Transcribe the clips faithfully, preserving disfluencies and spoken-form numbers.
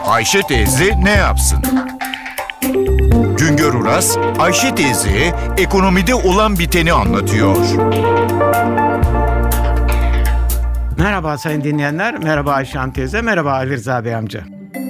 Ayşe teyze ne yapsın? Güngör Uras, Ayşe teyzeye ekonomide olan biteni anlatıyor. Merhaba sayın dinleyenler, merhaba Ayşe Hanım teyze, merhaba Ali Rıza Bey amca.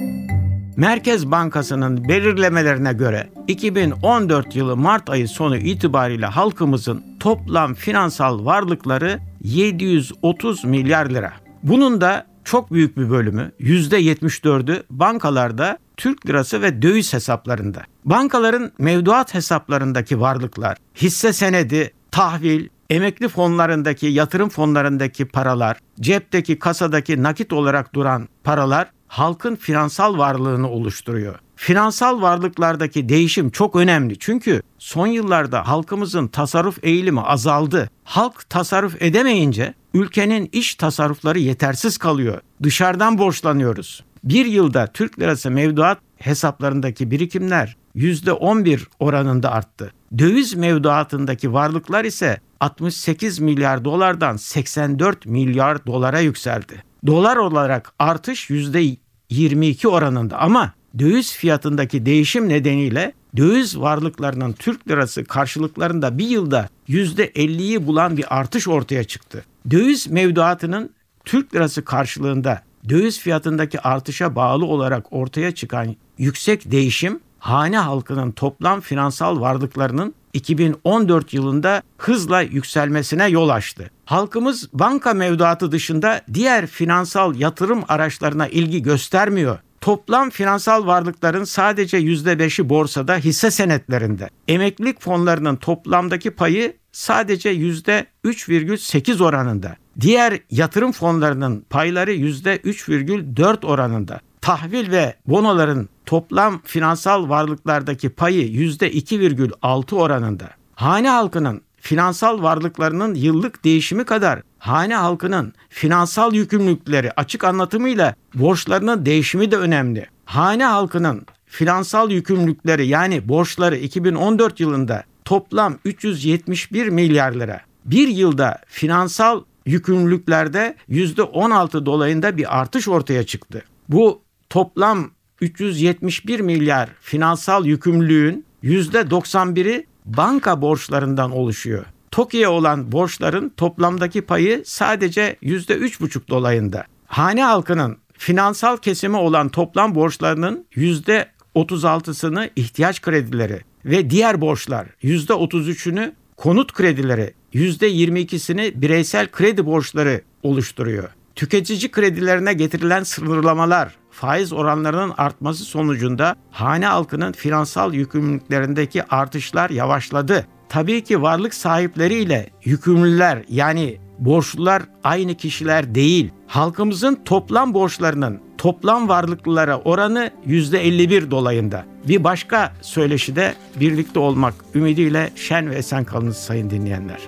Merkez Bankası'nın belirlemelerine göre iki bin on dört yılı Mart ayı sonu itibariyle halkımızın toplam finansal varlıkları yedi yüz otuz milyar lira. Bunun da çok büyük bir bölümü, yüzde yetmiş dördü bankalarda Türk lirası ve döviz hesaplarında. Bankaların mevduat hesaplarındaki varlıklar, hisse senedi, tahvil, emekli fonlarındaki, yatırım fonlarındaki paralar, cepteki, kasadaki nakit olarak duran paralar halkın finansal varlığını oluşturuyor. Finansal varlıklardaki değişim çok önemli çünkü son yıllarda halkımızın tasarruf eğilimi azaldı. Halk tasarruf edemeyince ülkenin iç tasarrufları yetersiz kalıyor. Dışarıdan borçlanıyoruz. Bir yılda Türk lirası mevduat hesaplarındaki birikimler yüzde on bir oranında arttı. Döviz mevduatındaki varlıklar ise altmış sekiz milyar dolardan seksen dört milyar dolara yükseldi. Dolar olarak artış yüzde yirmi iki oranında ama döviz fiyatındaki değişim nedeniyle döviz varlıklarının Türk lirası karşılıklarında bir yılda yüzde elliyi bulan bir artış ortaya çıktı. Döviz mevduatının Türk lirası karşılığında döviz fiyatındaki artışa bağlı olarak ortaya çıkan yüksek değişim, hane halkının toplam finansal varlıklarının iki bin on dört yılında hızla yükselmesine yol açtı. Halkımız banka mevduatı dışında diğer finansal yatırım araçlarına ilgi göstermiyor. Toplam finansal varlıkların sadece yüzde beşi borsada, hisse senetlerinde. Emeklilik fonlarının toplamdaki payı sadece yüzde üç virgül sekiz oranında. Diğer yatırım fonlarının payları yüzde üç virgül dört oranında. Tahvil ve bonoların toplam finansal varlıklardaki payı yüzde iki virgül altı oranında. Hane halkının finansal varlıklarının yıllık değişimi kadar hane halkının finansal yükümlülükleri, açık anlatımıyla borçlarının değişimi de önemli. Hane halkının finansal yükümlülükleri yani borçları iki bin on dört yılında toplam üç yüz yetmiş bir milyar lira. Bir yılda finansal yükümlülüklerde yüzde on altı dolayında bir artış ortaya çıktı. Bu toplam üç yüz yetmiş bir milyar finansal yükümlülüğün yüzde doksan biri banka borçlarından oluşuyor. TOKİ'ye olan borçların toplamdaki payı sadece yüzde üç buçuk dolayında. Hane halkının finansal kesimi olan toplam borçlarının yüzde otuz altısını ihtiyaç kredileri ve diğer borçlar, yüzde otuz üçünü konut kredileri, yüzde yirmi ikisini bireysel kredi borçları oluşturuyor. Tüketici kredilerine getirilen sınırlamalar, faiz oranlarının artması sonucunda hane halkının finansal yükümlülüklerindeki artışlar yavaşladı. Tabii ki varlık sahipleriyle yükümlüler yani borçlular aynı kişiler değil. Halkımızın toplam borçlarının toplam varlıklılara oranı yüzde elli bir dolayında. Bir başka söyleşide birlikte olmak ümidiyle şen ve esen kalınız sayın dinleyenler.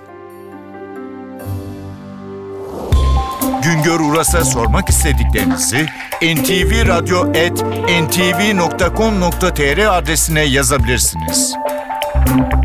Güngör Uras'a sormak istediklerinizi en ti vi radyo at en ti vi nokta com nokta tr adresine yazabilirsiniz.